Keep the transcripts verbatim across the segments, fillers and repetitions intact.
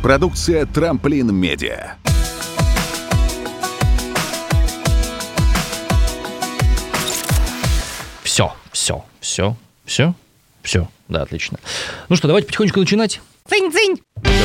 Продукция «Трамплин Медиа». Все, все, все, все, все. Да, отлично. Ну что, давайте потихонечку начинать. Цинь-цинь!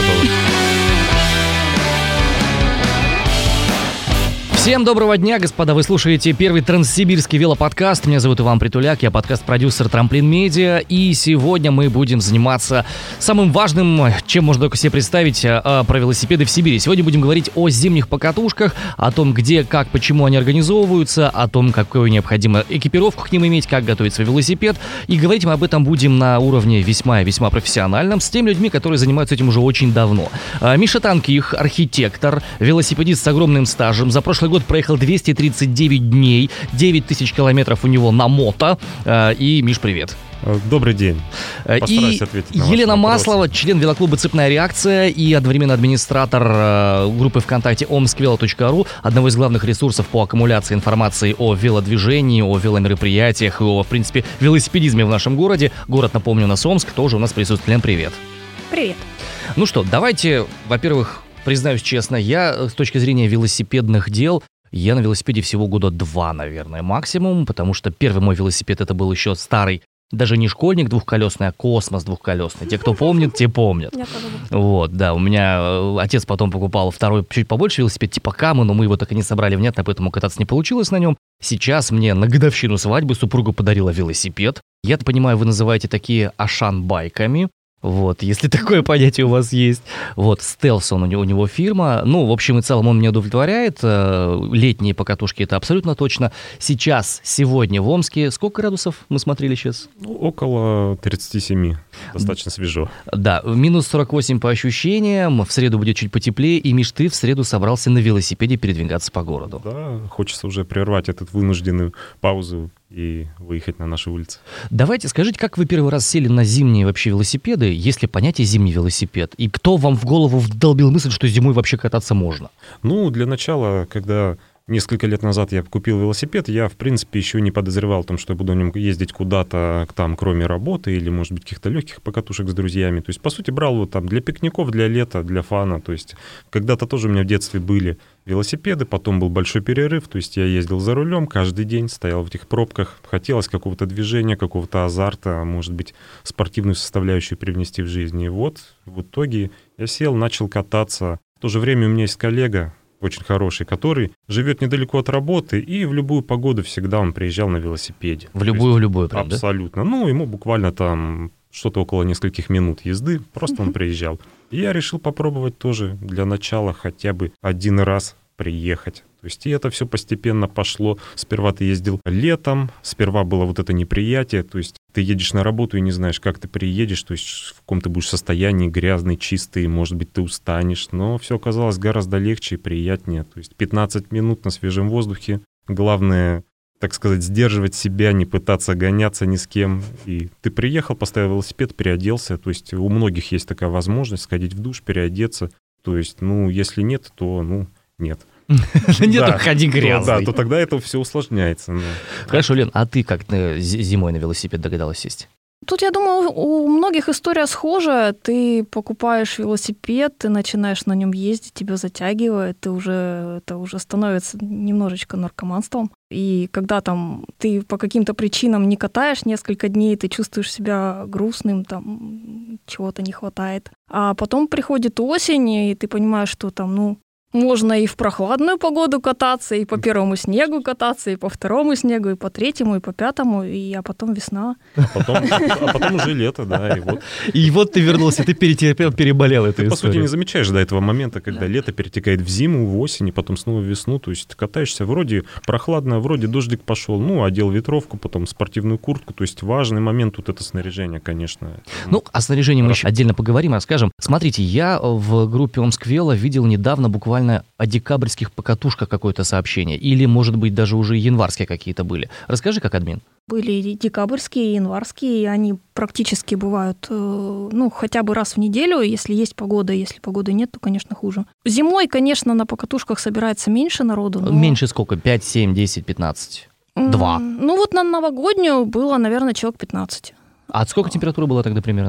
Всем доброго дня, господа. Вы слушаете первый транссибирский велоподкаст. Меня зовут Иван Притуляк, я подкаст-продюсер «Трамплин Медиа». И сегодня мы будем заниматься самым важным, чем можно только себе представить, про велосипеды в Сибири. Сегодня будем говорить о зимних покатушках, о том, где, как, почему они организовываются, о том, какую необходимо экипировку к ним иметь, как готовить свой велосипед. И говорить мы об этом будем на уровне весьма и весьма профессиональном, с теми людьми, которые занимаются этим уже очень давно. Миша Танких, архитектор, велосипедист с огромным стажем. За прошлый год проехал двести тридцать девять дней, девять тысяч километров у него на мото. И, Миш, привет. Добрый день. Постараюсь и ответить на Елена Маслова, член велоклуба «Цепная реакция» и одновременно администратор э, группы ВКонтакте омсквело точка ру, одного из главных ресурсов по аккумуляции информации о велодвижении, о веломероприятиях и о, в принципе, велосипедизме в нашем городе. Город, напомню, у нас Омск, тоже у нас присутствует. Лен, привет. Привет. Ну что, давайте, во-первых, признаюсь честно, я с точки зрения велосипедных дел, я на велосипеде всего года два, наверное, максимум, потому что первый мой велосипед это был еще старый, даже не школьник двухколесный, а космос двухколесный. Те, кто помнит, те помнят. Вот, да, у меня отец потом покупал второй, чуть побольше велосипед, типа Камы, но мы его так и не собрали внятно, поэтому кататься не получилось на нем. Сейчас мне на годовщину свадьбы супруга подарила велосипед. Я-то понимаю, вы называете такие ашан-байками. Вот, если такое понятие у вас есть. Вот, Stealth, он у него, у него фирма. Ну, в общем и целом, он меня удовлетворяет. Летние покатушки, это абсолютно точно. Сейчас, сегодня в Омске, сколько градусов мы смотрели сейчас? Ну, около тридцать семь. Достаточно свежо. Да, минус сорок восемь по ощущениям. В среду будет чуть потеплее. И, Миш, ты в среду собрался на велосипеде передвигаться по городу. Да, хочется уже прервать эту вынужденную паузу и выехать на наши улицы. Давайте, скажите, как вы первый раз сели на зимние вообще велосипеды, есть ли понятие «зимний велосипед»? И кто вам в голову вдолбил мысль, что зимой вообще кататься можно? Ну, для начала, когда несколько лет назад я купил велосипед, я, в принципе, еще не подозревал о том, что я буду на нем ездить куда-то там, кроме работы или, может быть, каких-то легких покатушек с друзьями. То есть, по сути, брал его там для пикников, для лета, для фана. То есть, когда-то тоже у меня в детстве были велосипеды, потом был большой перерыв, то есть я ездил за рулем каждый день, стоял в этих пробках, хотелось какого-то движения, какого-то азарта, может быть, спортивную составляющую привнести в жизнь. И вот в итоге я сел, начал кататься. В то же время у меня есть коллега, очень хороший, который живет недалеко от работы, и в любую погоду всегда он приезжал на велосипеде. В любую, в любую, прям, абсолютно. Да? Ну, ему буквально там что-то около нескольких минут езды, просто он приезжал. И я решил попробовать тоже для начала хотя бы один раз приехать. То есть и это все постепенно пошло. Сперва ты ездил летом, сперва было вот это неприятие, то есть ты едешь на работу и не знаешь, как ты приедешь, то есть в каком ты будешь состоянии, грязный, чистый, может быть, ты устанешь, но все оказалось гораздо легче и приятнее. То есть пятнадцать минут на свежем воздухе, главное, так сказать, сдерживать себя, не пытаться гоняться ни с кем. И ты приехал, поставил велосипед, переоделся, то есть у многих есть такая возможность сходить в душ, переодеться, то есть, ну, если нет, то, ну, нет. Нет, да, ходи грязный. Да, то тогда это все усложняется. Хорошо, Лен, а ты как зимой на велосипед догадалась сесть? Тут, я думаю, у многих история схожая. Ты покупаешь велосипед, ты начинаешь на нем ездить, тебя затягивает, ты уже, это уже становится немножечко наркоманством. И когда там ты по каким-то причинам не катаешь несколько дней, ты чувствуешь себя грустным, там чего-то не хватает. А потом приходит осень, и ты понимаешь, что там, ну, можно и в прохладную погоду кататься, и по первому снегу кататься, и по второму снегу, и по третьему, и по пятому, и а потом весна. А потом, а потом уже лето, да, и вот. И вот ты вернулся, ты перетерпел, переболел эту историю. Ты, по сути, не замечаешь до этого момента, когда да. лето перетекает в зиму, в осень, и потом снова в весну, то есть ты катаешься, вроде прохладно, вроде дождик пошел, ну, одел ветровку, потом спортивную куртку, то есть важный момент тут это снаряжение, конечно. Ну, о снаряжении мы еще отдельно поговорим, расскажем. Смотрите, я в группе Омсквело видел недавно буквально о декабрьских покатушках какое-то сообщение. Или, может быть, даже уже январские какие-то были. Расскажи, как админ. Были декабрьские, январские, и они практически бывают, ну, хотя бы раз в неделю, если есть погода. Если погоды нет, то, конечно, хуже. Зимой, конечно, на покатушках собирается меньше народу. Но... Меньше сколько? пять, семь, десять, пятнадцать? Два? Ну, вот на новогоднюю было, наверное, человек пятнадцать. А сколько температура была тогда примерно?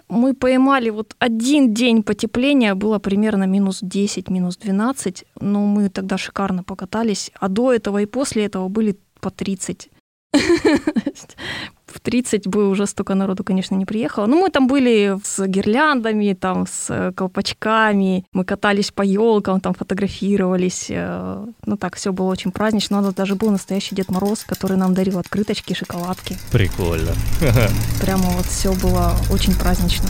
Мы поймали вот один день потепления, было примерно минус десять, минус двенадцать, но мы тогда шикарно покатались, а до этого и после этого были по тридцать. В тридцать бы уже столько народу, конечно, не приехало. Но мы там были с гирляндами, там, с колпачками, мы катались по елкам, там фотографировались. Ну так, все было очень празднично. У нас даже был настоящий Дед Мороз, который нам дарил открыточки, шоколадки. Прикольно. Прямо вот все было очень празднично.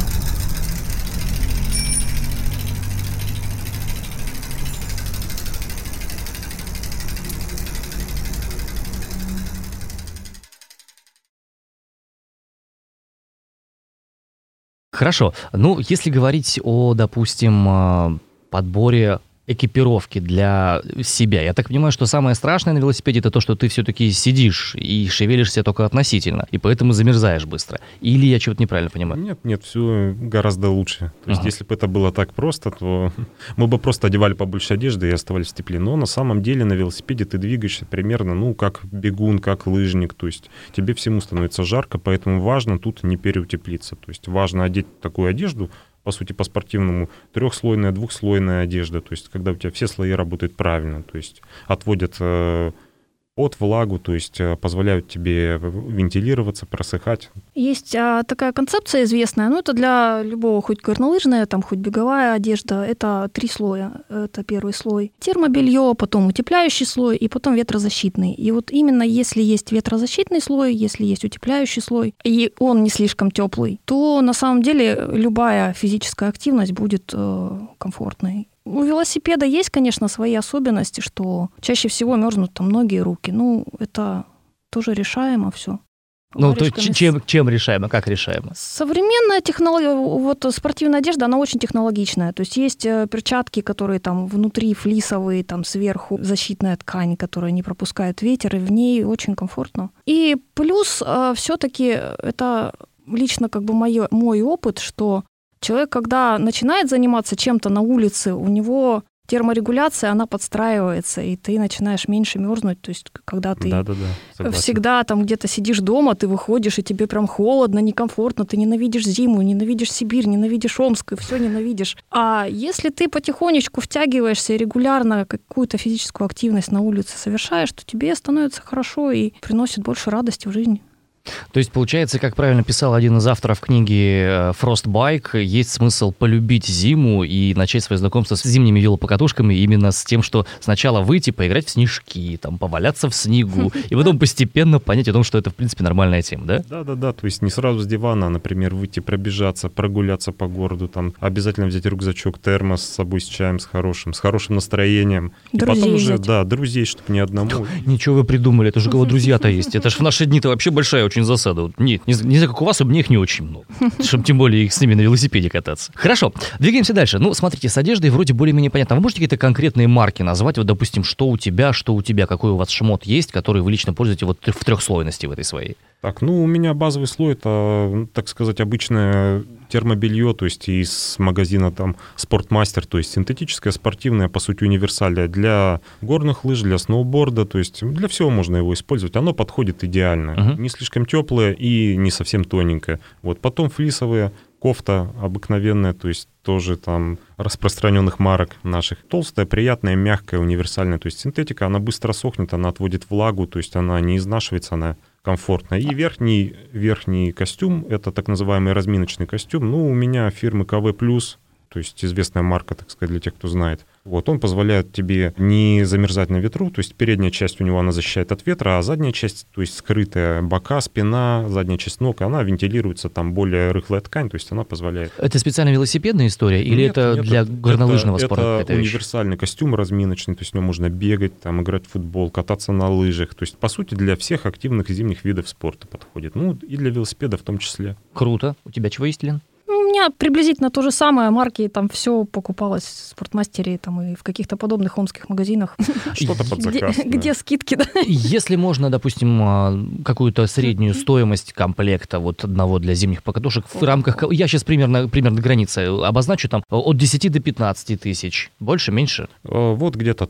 Хорошо. Ну, если говорить о, допустим, подборе экипировки для себя, я так понимаю, что самое страшное на велосипеде это то, что ты все-таки сидишь и шевелишься только относительно, и поэтому замерзаешь быстро. Или я чего-то неправильно понимаю? Нет, нет, все гораздо лучше. То есть, ага. если бы это было так просто, то мы бы просто одевали побольше одежды и оставались в тепле. Но на самом деле на велосипеде ты двигаешься примерно, ну, как бегун, как лыжник. То есть тебе всему становится жарко, поэтому важно тут не переутеплиться. То есть важно одеть такую одежду, по сути, по-спортивному, трехслойная, двухслойная одежда, то есть когда у тебя все слои работают правильно, то есть отводят э, пот, влагу, то есть э, позволяют тебе вентилироваться, просыхать. Есть а, такая концепция известная, ну это для любого, хоть горнолыжная, там, хоть беговая одежда, это три слоя. Это первый слой термобелье, потом утепляющий слой и потом ветрозащитный. И вот именно если есть ветрозащитный слой, если есть утепляющий слой, и он не слишком теплый, то на самом деле любая физическая активность будет э, комфортной. У велосипеда есть, конечно, свои особенности, что чаще всего мерзнут там ноги и руки. Ну, это тоже решаемо все. Ну, то есть чем, чем решаемо, как решаемо? Современная технология, вот спортивная одежда, она очень технологичная. То есть есть перчатки, которые там внутри флисовые, там сверху защитная ткань, которая не пропускает ветер, и в ней очень комфортно. И плюс все-таки это лично как бы мой, мой опыт, что человек, когда начинает заниматься чем-то на улице, у него терморегуляция, она подстраивается, и ты начинаешь меньше мерзнуть. То есть, когда ты Да-да-да, всегда там где-то сидишь дома, ты выходишь, и тебе прям холодно, некомфортно, ты ненавидишь зиму, ненавидишь Сибирь, ненавидишь Омск, и все ненавидишь. А если ты потихонечку втягиваешься и регулярно какую-то физическую активность на улице совершаешь, то тебе становится хорошо и приносит больше радости в жизни. То есть, получается, как правильно писал один из авторов книги Frostbike, есть смысл полюбить зиму и начать свое знакомство с зимними велопокатушками именно с тем, что сначала выйти, поиграть в снежки, там, поваляться в снегу, и потом постепенно понять о том, что это, в принципе, нормальная тема, да? Да-да-да, то есть не сразу с дивана, а, например, выйти пробежаться, прогуляться по городу, там, обязательно взять рюкзачок, термос с собой, с чаем, с хорошим, с хорошим настроением. Друзей и потом уже, взять. да, друзей, чтобы не одному. Ничего вы придумали, это же у кого друзья-то есть. Это же в наши дни-то вообще большая очень засада. Вот, нет, не, не знаю, как у вас, у меня их не очень много. Чтобы тем более их с ними на велосипеде кататься. Хорошо, двигаемся дальше. Ну, смотрите, с одеждой вроде более-менее понятно. Вы можете какие-то конкретные марки назвать? Вот, допустим, что у тебя, что у тебя, какой у вас шмот есть, который вы лично пользуете вот в трехслойности в этой своей? Так, ну, у меня базовый слой — это, так сказать, обычное термобелье, то есть из магазина там Спортмастер, то есть синтетическое, спортивное, по сути, универсальное для горных лыж, для сноуборда, то есть для всего можно его использовать. Оно подходит идеально. Uh-huh. Не слишком теплое и не совсем тоненькое. Вот. Потом флисовые, кофта обыкновенная, то есть тоже там распространенных марок наших. Толстая, приятная, мягкая, универсальная. То есть синтетика, она быстро сохнет, она отводит влагу, то есть она не изнашивается, она комфортно. И верхний, верхний костюм, это так называемый разминочный костюм, ну, у меня фирмы ка вэ плюс, то есть известная марка, так сказать, для тех, кто знает. Вот, он позволяет тебе не замерзать на ветру, то есть передняя часть у него, она защищает от ветра, а задняя часть, то есть скрытая бока, спина, задняя часть ног, она вентилируется, там более рыхлая ткань, то есть она позволяет. Это специально велосипедная история или нет, это нет, для это, горнолыжного это, спорта? Это универсальный вещь. Костюм разминочный, то есть в нем можно бегать, там, играть в футбол, кататься на лыжах, то есть, по сути, для всех активных зимних видов спорта подходит, ну, и для велосипеда в том числе. Круто. У тебя чего есть, Лен? У меня приблизительно то же самое. Марки, там все покупалось в Спортмастере там, и в каких-то подобных омских магазинах. Что-то под заказ. Где, да. где скидки, да. Если можно, допустим, какую-то среднюю стоимость комплекта вот одного для зимних покатушек в рамках... Я сейчас примерно, примерно границы обозначу, там от десяти до пятнадцати тысяч. Больше, меньше? Вот где-то так.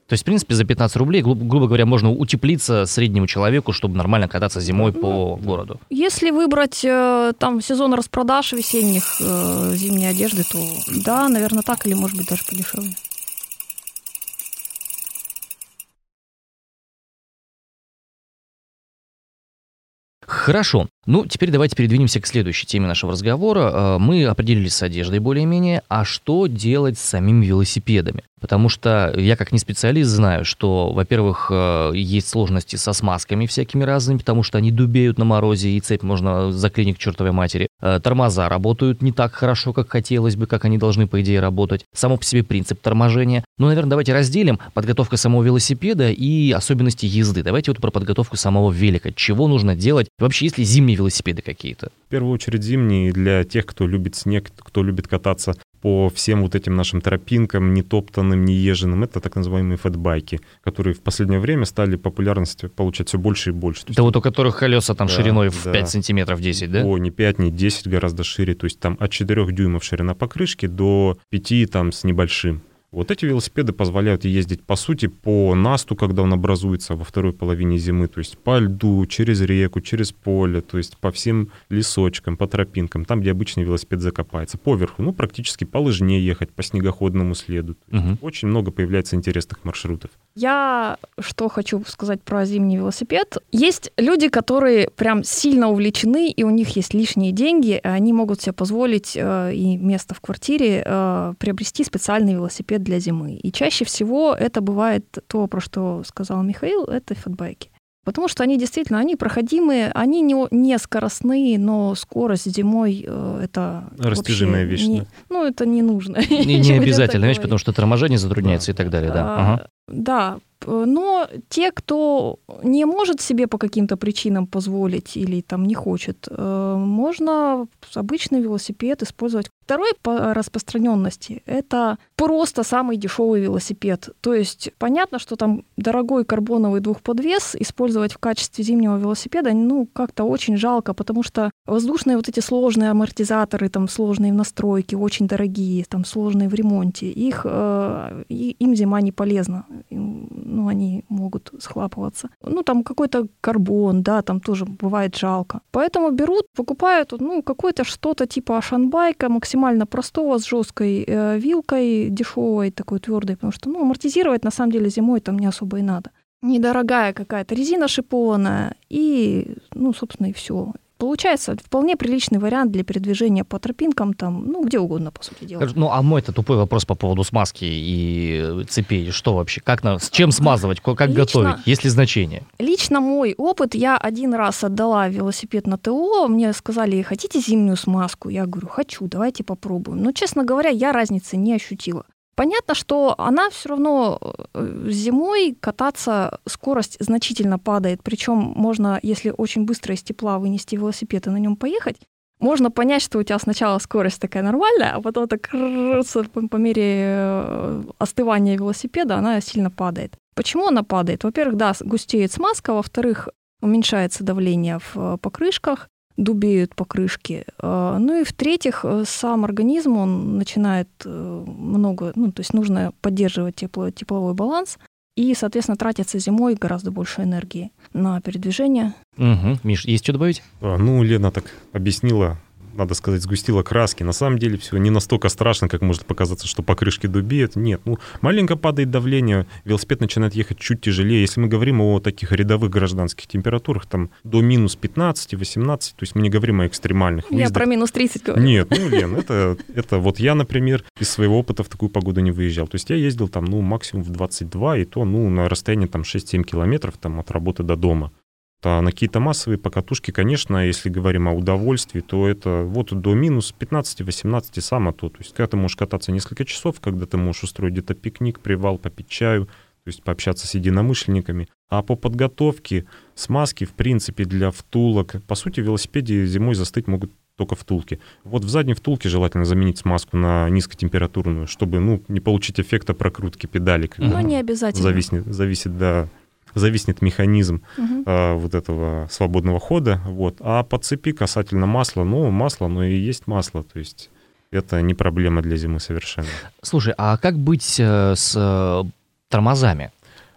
То есть, в принципе, за пятнадцать рублей, гру- грубо говоря, можно утеплиться среднему человеку, чтобы нормально кататься зимой Ну, по городу. Если выбрать э, там сезон распродаж весенних э, зимней одежды, то да, наверное, так, или, может быть, даже подешевле. Хорошо. Ну, теперь давайте передвинемся к следующей теме нашего разговора. Э, Мы определились с одеждой более-менее, а что делать с самими велосипедами? Потому что я как не специалист знаю, что, во-первых, э, есть сложности со смазками всякими разными, потому что они дубеют на морозе, и цепь можно заклинить к чертовой матери. Э, Тормоза работают не так хорошо, как хотелось бы, как они должны, по идее, работать. Само по себе принцип торможения. Ну, наверное, давайте разделим подготовку самого велосипеда и особенности езды. Давайте вот про подготовку самого велика. Чего нужно делать? Вообще, есть ли зимние велосипеды какие-то? В первую очередь зимние для тех, кто любит снег, кто любит кататься по всем вот этим нашим тропинкам, не топтанным, не езженным. Это так называемые фэтбайки, которые в последнее время стали популярность получать все больше и больше. Это вот у которых колеса там Да, шириной в да. пять сантиметров, десять, да? О, не пять, не десять, гораздо шире. То есть там от четырёх дюймов ширина покрышки до пяти там с небольшим. Вот эти велосипеды позволяют ездить, по сути, по насту, когда он образуется во второй половине зимы, то есть по льду, через реку, через поле, то есть по всем лесочкам, по тропинкам, там, где обычный велосипед закопается, поверху, ну, практически по лыжне ехать, по снегоходному следу. То есть Мгм. очень много появляется интересных маршрутов. Я что хочу сказать про зимний велосипед. Есть люди, которые прям сильно увлечены, и у них есть лишние деньги, и они могут себе позволить э, и место в квартире э, приобрести специальный велосипед для зимы. И чаще всего это бывает то, про что сказал Михаил, это фэтбайки. Потому что они действительно, они проходимые, они не, не скоростные, но скорость зимой э, это Растяжимая вообще вещь, не- да. Ну, это не нужно. Не, не обязательно, знаешь, потому что торможение затрудняется и так далее, да. А, Ага. Да, п- но те, кто не может себе по каким-то причинам позволить или там не хочет, э, можно обычный велосипед использовать. Второй по распространенности — это просто самый дешевый велосипед. То есть понятно, что там дорогой карбоновый двухподвес использовать в качестве зимнего велосипеда, ну, как-то очень жалко, потому что воздушные вот эти сложные амортизаторы, там, сложные в настройке, очень дорогие, там, сложные в ремонте, их, э, и- им зима не полезна. Им, ну, они могут схлапываться. Ну, там какой-то карбон, да, там тоже бывает жалко. Поэтому берут, покупают, ну, какое-то что-то типа ашанбайка, максимально простого, с жесткой э, вилкой, дешевой, такой твердой, потому что, ну, амортизировать на самом деле зимой там не особо и надо. Недорогая какая-то резина шипованная, и, ну, собственно, и все. Получается вполне приличный вариант для передвижения по тропинкам, там, ну, где угодно, по сути дела. Ну, а мой-то тупой вопрос по поводу смазки и цепей. Что вообще? Как на, с чем смазывать? Ко- Как Лично- готовить? Есть ли значение? Лично мой опыт, я один раз отдала велосипед на ТО, мне сказали, хотите зимнюю смазку? Я говорю, хочу, давайте попробуем. Но, честно говоря, я разницы не ощутила. Понятно, что она все равно э, зимой кататься, скорость значительно падает. Причем можно, если очень быстро из тепла вынести велосипед и на нем поехать, можно понять, что у тебя сначала скорость такая нормальная, а потом так по, по мере э, остывания велосипеда она сильно падает. Почему она падает? Во-первых, да, густеет смазка, во-вторых, уменьшается давление в э, покрышках, дубеют покрышки. Э, Ну и в-третьих, э, сам организм, он начинает э, много, ну то есть нужно поддерживать тепло, тепловой баланс, и, соответственно, тратится зимой гораздо больше энергии на передвижение. Угу. Миш, есть что добавить? А, Ну, Лена так объяснила, надо сказать, сгустила краски. На самом деле все не настолько страшно, как может показаться, что покрышки дубеют. Нет, ну, маленько падает давление, велосипед начинает ехать чуть тяжелее. Если мы говорим о таких рядовых гражданских температурах, там до минус пятнадцать-восемнадцать, то есть мы не говорим о экстремальных Я выездах. про минус тридцать говорю. Нет, ну, Лен, это, это вот я, например, из своего опыта в такую погоду не выезжал. То есть я ездил там, ну, максимум в двадцать два, и то, ну, на расстоянии там шесть-семь километров там от работы до дома. А на какие-то массовые покатушки, конечно, если говорим о удовольствии, то это вот до минус пятнадцать-восемнадцать само то. То есть когда ты можешь кататься несколько часов, когда ты можешь устроить где-то пикник, привал, попить чаю, то есть пообщаться с единомышленниками. А по подготовке смазки, в принципе, для втулок, по сути, в велосипеде зимой застыть могут только втулки. Вот в задней втулке желательно заменить смазку на низкотемпературную, чтобы, ну, не получить эффекта прокрутки педалек. Но не обязательно. Зависит, зависит, да, зависнет механизм Мгм. а, вот этого свободного хода. Вот. А по цепи касательно масла, ну, масло, оно и есть масло. То есть это не проблема для зимы совершенно. Слушай, а как быть э, с э, тормозами?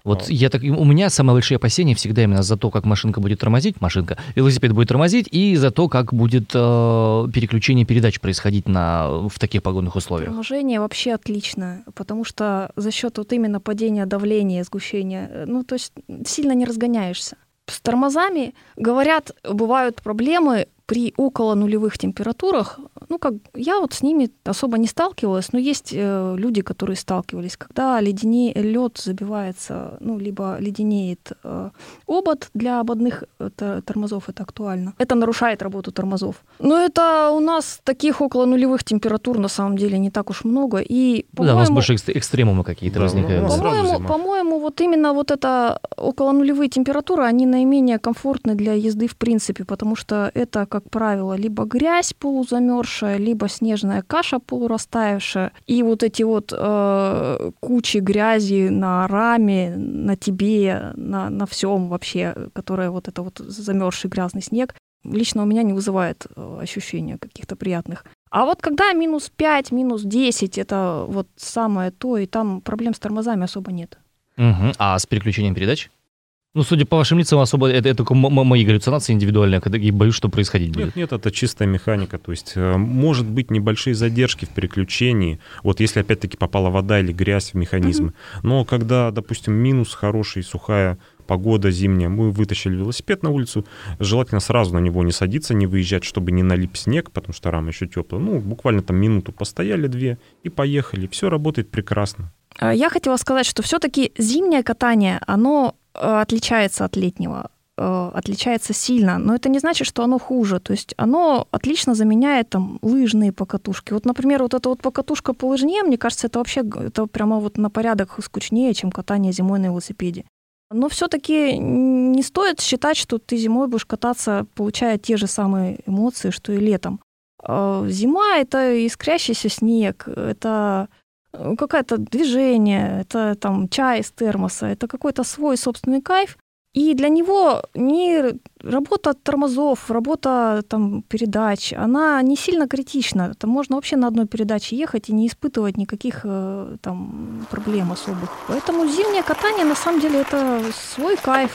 Вот А. я так, у меня самые большие опасения всегда именно за то, как машинка будет тормозить, машинка, велосипед будет тормозить, и за то, как будет э, переключение передач происходить на, в таких погодных условиях. Торможение вообще отлично, потому что за счет вот именно падения давления, сгущения, ну, то есть сильно не разгоняешься. С тормозами, говорят, бывают проблемы при около нулевых температурах. Ну, как я вот с ними особо не сталкивалась, но есть э, люди, которые сталкивались, когда ледене... лед забивается, ну, либо леденеет э, обод для ободных э, тормозов, это актуально. Это нарушает работу тормозов. Но это у нас таких около нулевых температур на самом деле не так уж много. И, Ну да, у нас больше экс- экстремумы какие-то Да, возникают. у нас да. сразу по-моему, зима. по-моему, вот именно вот это около нулевые температуры, они наименее комфортны для езды в принципе, потому что это, как правило, либо грязь полузамерзшая, либо снежная каша полурастаявшая, и вот эти вот э, кучи грязи на раме, на тебе, на, на всем вообще, которая вот это вот замерзший грязный снег, лично у меня не вызывает э, ощущения каких-то приятных. А вот когда минус пять, минус десять, это вот самое то, и там проблем с тормозами особо нет. Мгм. А с переключением передач? Ну, судя по вашим лицам, особо это, это только м- м- мои галлюцинации индивидуальные, когда я боюсь, что происходить будет. Нет, нет, это чистая механика. То есть э, может быть небольшие задержки в переключении. Вот если опять-таки попала вода или грязь в механизмы. Но когда, допустим, минус хороший, сухая погода зимняя, мы вытащили велосипед на улицу, желательно сразу на него не садиться, не выезжать, чтобы не налип снег, потому что рама еще теплая. Ну, буквально там минуту постояли, две, и поехали. Все работает прекрасно. А Я хотела сказать, что все-таки зимнее катание, оно э, отличается от летнего, э, отличается сильно, но это не значит, что оно хуже. То есть оно отлично заменяет там лыжные покатушки. Вот, например, вот эта вот покатушка по лыжне, мне кажется, это вообще это прямо вот на порядок скучнее, чем катание зимой на велосипеде. Но все-таки не стоит считать, что ты зимой будешь кататься, получая те же самые эмоции, что и летом. Э, Зима — это искрящийся снег, это какое-то движение, это там чай из термоса, это какой-то свой собственный кайф. И для него не работа тормозов, работа там передач, она не сильно критична. Там можно вообще на одной передаче ехать и не испытывать никаких э, там проблем особых. Поэтому зимнее катание на самом деле это свой кайф.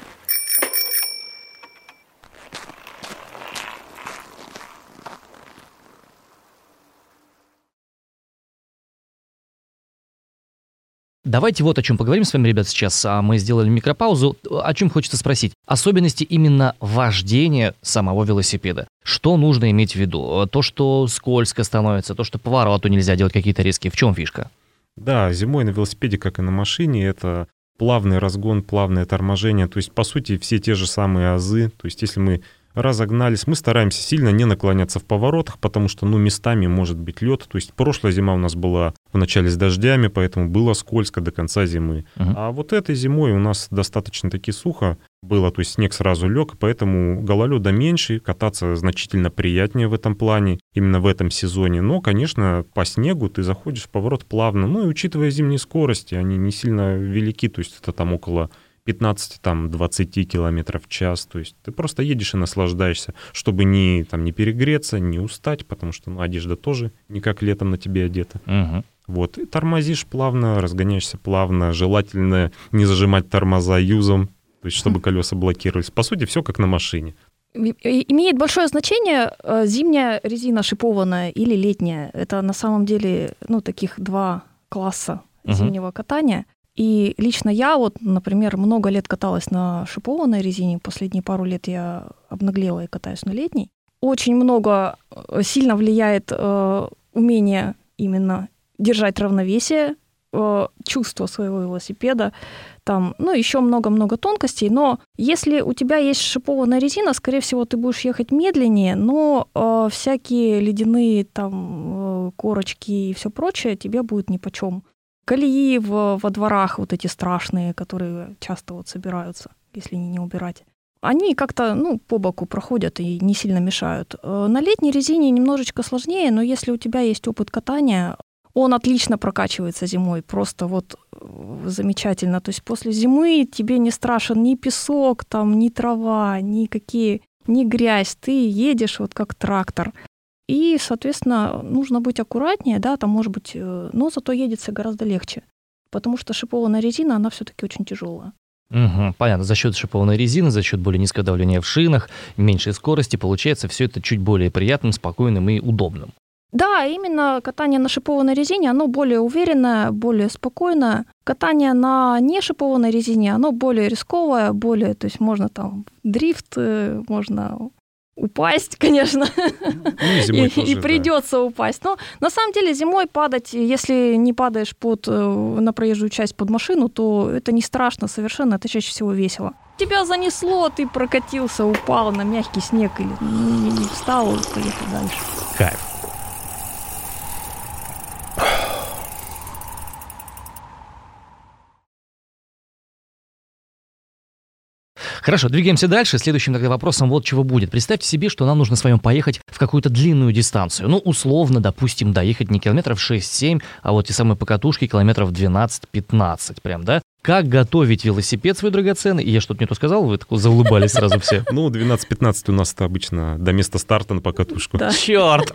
Давайте вот о чем поговорим с вами, ребят, сейчас. А мы сделали микропаузу. О чем хочется спросить? Особенности именно вождения самого велосипеда. Что нужно иметь в виду? То, что скользко становится, то, что повороту нельзя делать какие-то резкие. В чем фишка? Да, зимой на велосипеде, как и на машине, это плавный разгон, плавное торможение. То есть, по сути, все те же самые азы. То есть, если мы разогнались, мы стараемся сильно не наклоняться в поворотах, потому что, ну, местами может быть лед. То есть прошлая зима у нас была в начале с дождями, поэтому было скользко до конца зимы. Мгм. А вот этой зимой у нас достаточно таки сухо было, то есть снег сразу лег, поэтому гололеда меньше, кататься значительно приятнее в этом плане, именно в этом сезоне. Но, конечно, по снегу ты заходишь в поворот плавно. Ну и учитывая зимние скорости, они не сильно велики, то есть это там около пятнадцать-двадцать километров в час. То есть ты просто едешь и наслаждаешься, чтобы не, там, не перегреться, не устать, потому что ну, одежда тоже не как летом на тебе одета. Мгм. Вот, и тормозишь плавно, разгоняешься плавно, желательно не зажимать тормоза юзом, то есть чтобы колеса блокировались. По сути, все как на машине. И- Имеет большое значение э, зимняя резина шипованная или летняя. Это на самом деле ну, таких два класса Мгм. зимнего катания. И лично я, вот, например, много лет каталась на шипованной резине. Последние пару лет я обнаглела и катаюсь на летней. Очень много э, сильно влияет э, умение именно держать равновесие, э, чувство своего велосипеда. Там, ну, еще много-много тонкостей. Но если у тебя есть шипованная резина, скорее всего, ты будешь ехать медленнее, но э, всякие ледяные там э, корочки и все прочее тебе будет нипочем. Колеи в, во дворах вот эти страшные, которые часто вот собираются, если не убирать. Они как-то, ну, по боку проходят и не сильно мешают. Э, На летней резине немножечко сложнее, но если у тебя есть опыт катания, он отлично прокачивается зимой, просто вот э, замечательно. То есть после зимы тебе не страшен ни песок, там, ни трава, ни какие, ни грязь. Ты едешь вот как трактор. И, соответственно, нужно быть аккуратнее, да, там может быть, э, но зато едется гораздо легче. потому что шипованная резина, она все-таки очень тяжелая. Угу, понятно. За счет шипованной резины, за счет более низкого давления в шинах, меньшей скорости, получается все это чуть более приятным, спокойным и удобным. Да, именно катание на шипованной резине, оно более уверенное, более спокойное. Катание на нешипованной резине, оно более рисковое, более, то есть можно там дрифт, можно упасть, конечно, ну, и, зимой и, тоже, и придется да. упасть. Но на самом деле зимой падать, если не падаешь под, на проезжую часть под машину, то это не страшно совершенно, это чаще всего весело. Тебя занесло, ты прокатился, упал на мягкий снег или не, не встал и поехал дальше. Кайф. Хорошо, двигаемся дальше. Следующим тогда вопросом вот чего будет. Представьте себе, что нам нужно с вами поехать в какую-то длинную дистанцию. Ну, условно, допустим, доехать не километров шесть-семь, а вот те самые покатушки километров двенадцать-пятнадцать прям, да? Как готовить велосипед свой драгоценный? И я что-то не то сказал, вы так заулыбались сразу все. Ну, двенадцать-пятнадцать у нас-то обычно до места старта на покатушку. Черт!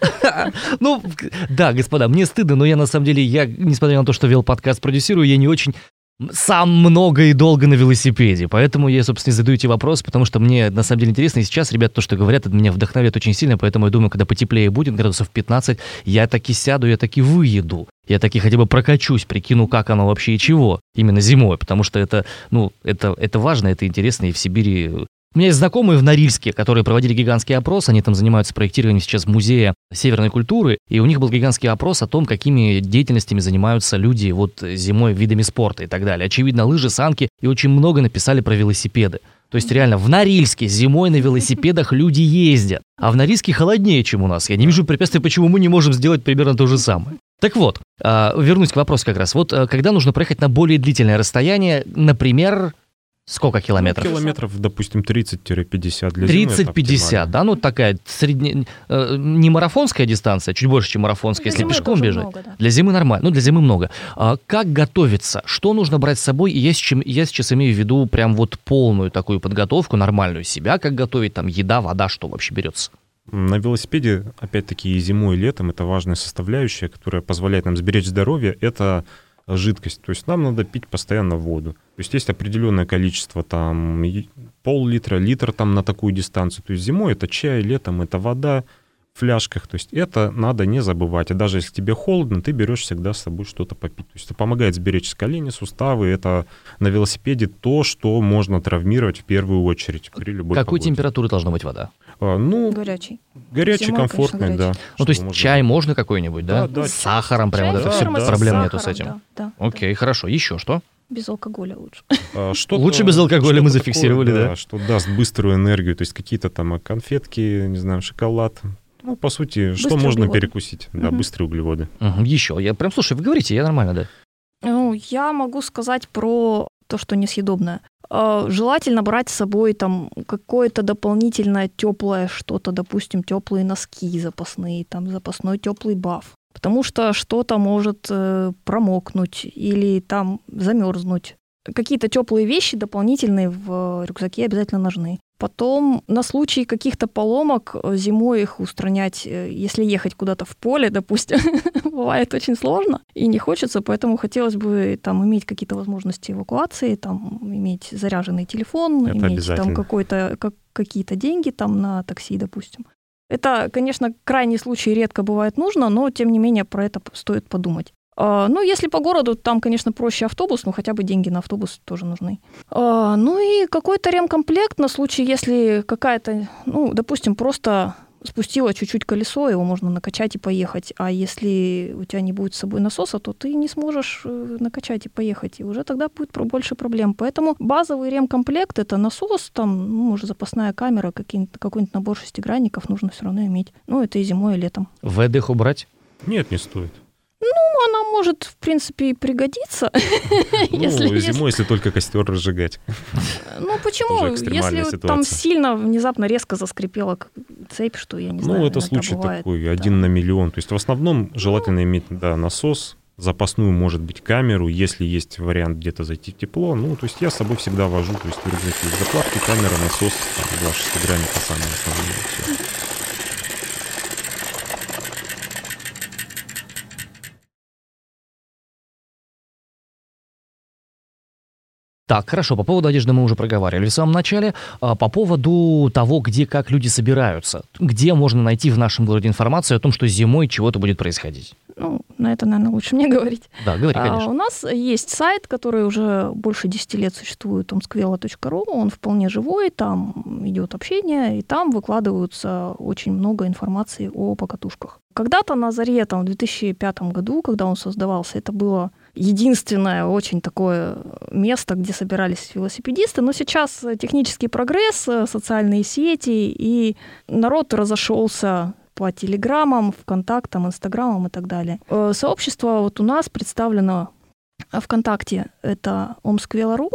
Ну, да, господа, мне стыдно, но я на самом деле, я, несмотря на то, что велоподкаст продюсирую, я не очень... сам много и долго на велосипеде, поэтому я, собственно, задаю эти вопросы, потому что мне, на самом деле, интересно, и сейчас ребята то, что говорят, это меня вдохновляет очень сильно, поэтому я думаю, когда потеплее будет, градусов пятнадцать, я таки сяду, я таки выеду, я таки хотя бы прокачусь, прикину, как оно вообще и чего, именно зимой, потому что это, ну, это, это важно, это интересно, и в Сибири... У меня есть знакомые в Норильске, которые проводили гигантский опрос, они там занимаются проектированием сейчас музея северной культуры, и у них был гигантский опрос о том, какими деятельностями занимаются люди вот зимой, видами спорта и так далее. Очевидно, лыжи, санки, и очень много написали про велосипеды. То есть реально в Норильске зимой на велосипедах люди ездят, а в Норильске холоднее, чем у нас. Я не вижу препятствий, почему мы не можем сделать примерно то же самое. Так вот, вернусь к вопросу как раз. Вот когда нужно проехать на более длительное расстояние, например... Сколько километров? Ну, километров, допустим, тридцать-пятьдесят для тридцать-пятьдесят, да? Ну, такая средняя, э, не марафонская дистанция, чуть больше, чем марафонская, для если пешком бежать. Много, да. Для зимы нормально, ну, для зимы много. А как готовиться? Что нужно брать с собой? И я, сейчас, я сейчас имею в виду прям вот полную такую подготовку, нормальную себя, как готовить, там, еда, вода, что вообще берется? На велосипеде, опять-таки, и зимой, и летом, это важная составляющая, которая позволяет нам сберечь здоровье, это... жидкость. То есть нам надо пить постоянно воду. То есть есть определенное количество, там, пол-литра, литр там на такую дистанцию. То есть зимой это чай, летом это вода в фляжках. То есть это надо не забывать. А даже если тебе холодно, ты берешь всегда с собой что-то попить. То есть это помогает сберечь колени, суставы. Это на велосипеде то, что можно травмировать в первую очередь при любой Какой погоде. температуры должна быть вода? А, ну, горячий. Горячий, Зимой, комфортный, конечно, горячий. да. Ну, то есть можно... чай можно какой-нибудь, да? Да, да. С сахаром прямо, чай, это да, все, да, проблем с нету с сахаром, этим. Да, да, Окей, да. хорошо. Еще что? Без алкоголя лучше. А, что-то, Лучше без алкоголя мы что-то зафиксировали, такое, да. Что даст быструю энергию, то есть какие-то там конфетки, не знаю, шоколад. Ну, по сути, что Быстрые можно углеводы. перекусить? Да, Мгм. быстрые углеводы. Угу, еще. Я прям, слушай, вы говорите, я нормально, да? Ну, я могу сказать про то, что несъедобное. Э, Желательно брать с собой там какое-то дополнительное теплое что-то, допустим, теплые носки запасные, там запасной теплый баф. Потому что что-то может э, промокнуть или там замерзнуть. Какие-то теплые вещи дополнительные в рюкзаке обязательно нужны. Потом на случай каких-то поломок зимой их устранять, э, если ехать куда-то в поле, допустим, бывает очень сложно и не хочется, поэтому хотелось бы там иметь какие-то возможности эвакуации, там иметь заряженный телефон, Это иметь там обязательно. какой-то, как, какие-то деньги там на такси, допустим. Это, конечно, крайний случай редко бывает нужно, но тем не менее про это стоит подумать. А, Ну, если по городу, там, конечно, проще автобус, но хотя бы деньги на автобус тоже нужны. А, Ну и какой-то ремкомплект на случай, если какая-то, ну, допустим, просто спустило чуть-чуть колесо, его можно накачать и поехать. А если у тебя не будет с собой насоса, то ты не сможешь э, накачать и поехать. И уже тогда будет про- больше проблем. Поэтому базовый ремкомплект — это насос, там, ну, может, запасная камера, какие-нибудь- какой-нибудь набор шестигранников нужно все равно иметь. Ну, это и зимой, и летом. ВДХ убрать? Нет, не стоит. Ну, она может, в принципе, и пригодиться. Ну, Если- зимой, если- если только костер разжигать. Ну, почему? Тоже экстремальная Если там ситуация. сильно, внезапно, резко заскрипела к- цепь, что я не знаю. Ну, это иногда случай бывает. такой, Да. один на миллион. То есть в основном желательно иметь, да, насос, запасную, может быть, камеру, если есть вариант где-то зайти в тепло. Ну, то есть я с собой всегда вожу, то есть в рюкзаке закладки, камера, насос, там, два шестигранника, самое основное. Всё. Так, хорошо, по поводу одежды мы уже проговаривали в самом начале. А, по поводу того, где, как люди собираются. Где можно найти в нашем городе информацию о том, что зимой чего-то будет происходить? Ну, на это, наверное, лучше мне говорить. Да, говори, конечно. А, у нас есть сайт, который уже больше десяти лет существует, омсквела точка ру. Он вполне живой, там идет общение, и там выкладываются очень много информации о покатушках. Когда-то на заре, там, в две тысячи пятом году, когда он создавался, это было единственное очень такое место, где собирались велосипедисты. Но сейчас технический прогресс, социальные сети, и народ разошелся по телеграммам, ВКонтактам, Инстаграмам и так далее. Сообщество вот у нас представлено ВКонтакте. Это омсквела.ру,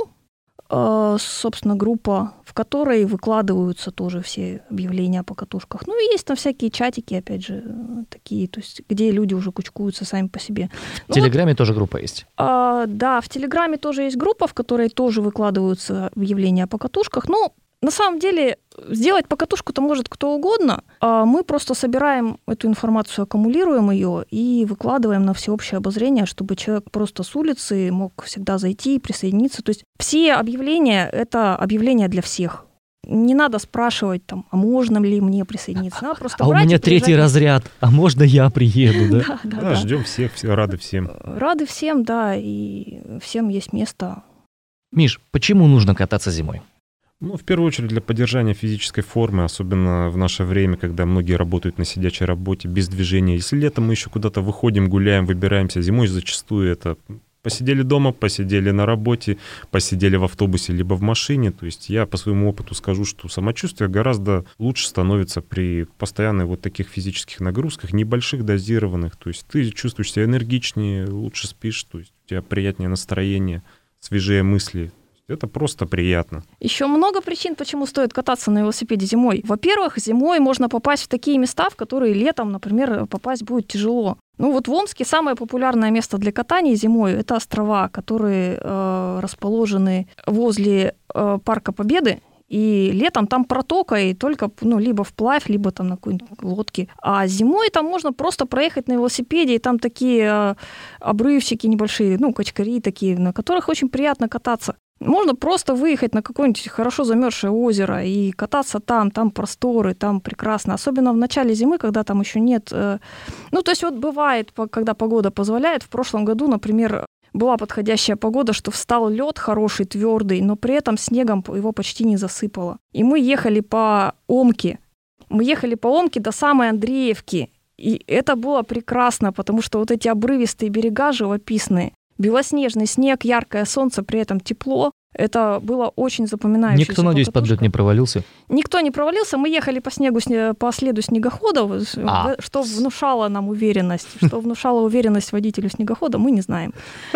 собственно, группа, в которой выкладываются тоже все объявления о покатушках. Ну и есть там всякие чатики, опять же, такие, то есть где люди уже кучкуются сами по себе. В Телеграме вот, тоже группа есть? А, да, в Телеграме тоже есть группа, в которой тоже выкладываются объявления о покатушках. Ну, на самом деле, сделать покатушку-то может кто угодно. А мы просто собираем эту информацию, аккумулируем ее и выкладываем на всеобщее обозрение, чтобы человек просто с улицы мог всегда зайти и присоединиться. То есть все объявления — это объявления для всех. Не надо спрашивать, там, а можно ли мне присоединиться. Надо просто а у меня третий разряд, а можно я приеду, да? Да, да, ждем всех, все, рады всем. Рады всем, да, и всем есть место. Миш, почему нужно кататься зимой? Ну, в первую очередь для поддержания физической формы, особенно в наше время, когда многие работают на сидячей работе, без движения. Если летом мы еще куда-то выходим, гуляем, выбираемся, зимой зачастую это посидели дома, посидели на работе, посидели в автобусе либо в машине. То есть я по своему опыту скажу, что самочувствие гораздо лучше становится при постоянной вот таких физических нагрузках, небольших, дозированных. То есть ты чувствуешь себя энергичнее, лучше спишь, то есть у тебя приятнее настроение, свежие мысли. Это просто приятно. Еще много причин, почему стоит кататься на велосипеде зимой. Во-первых, зимой можно попасть в такие места, в которые летом, например, попасть будет тяжело. Ну вот в Омске самое популярное место для катания зимой — это острова, которые э, расположены возле э, Парка Победы. И летом там протока, и только ну, либо вплавь, либо там на какой-нибудь лодке. А зимой там можно просто проехать на велосипеде, и там такие э, обрывчики небольшие, ну, качкари такие, на которых очень приятно кататься. Можно просто выехать на какое-нибудь хорошо замерзшее озеро и кататься там, там просторы, там прекрасно. Особенно в начале зимы, когда там еще нет... Э, ну, то есть вот бывает, когда погода позволяет. В прошлом году, например, была подходящая погода, что встал лед хороший, твердый, но при этом снегом его почти не засыпало. И мы ехали по Омке. Мы ехали по Омке до самой Андреевки. И это было прекрасно, потому что вот эти обрывистые берега живописные, белоснежный снег, яркое солнце, при этом тепло. Это было очень запоминающееся. Никто, надеюсь, под лед не провалился? Никто не провалился. Мы ехали по снегу, по следу снегохода, а. что внушало нам уверенность. Что внушало уверенность водителю снегохода, мы не знаем.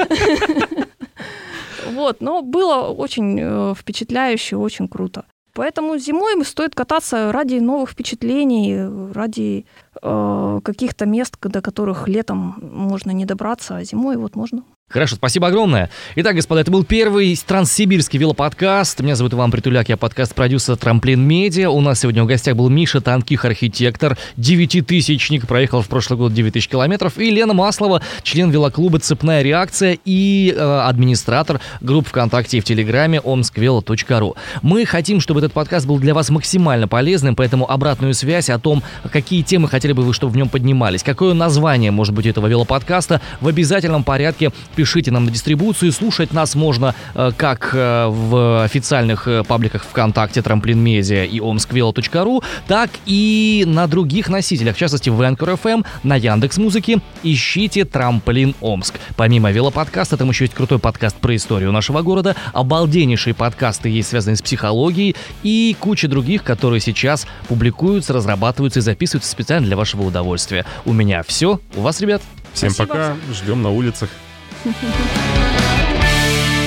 Вот, но было очень впечатляюще, очень круто. Поэтому зимой стоит кататься ради новых впечатлений, ради э, каких-то мест, до которых летом можно не добраться, а зимой вот можно. Хорошо, спасибо огромное. Итак, господа, это был первый транссибирский велоподкаст. Меня зовут Иван Притуляк, я подкаст-продюсер Трамплин Медиа. У нас сегодня в гостях был Миша Танких, архитектор, девятитысячник, проехал в прошлый год девять тысяч километров, и Лена Маслова, член велоклуба «Цепная реакция» и э, администратор групп ВКонтакте и в Телеграме омсквела точка ру. Мы хотим, чтобы этот подкаст был для вас максимально полезным, поэтому обратную связь о том, какие темы хотели бы вы, чтобы в нем поднимались, какое название может быть этого велоподкаста, в обязательном порядке пишите нам на дистрибуцию. Слушать нас можно э, как э, в официальных э, пабликах ВКонтакте Трамплин Медиа и омсквела точка ру, так и на других носителях, в частности в Anchor эф эм, на Яндекс.Музыке. Ищите Трамплин Омск. Помимо велоподкаста, там еще есть крутой подкаст про историю нашего города, обалденнейшие подкасты есть, связанные с психологией, и куча других, которые сейчас публикуются, разрабатываются и записываются специально для вашего удовольствия. У меня все. У вас, ребят? Всем Спасибо. пока. Ждем на улицах. Thank you.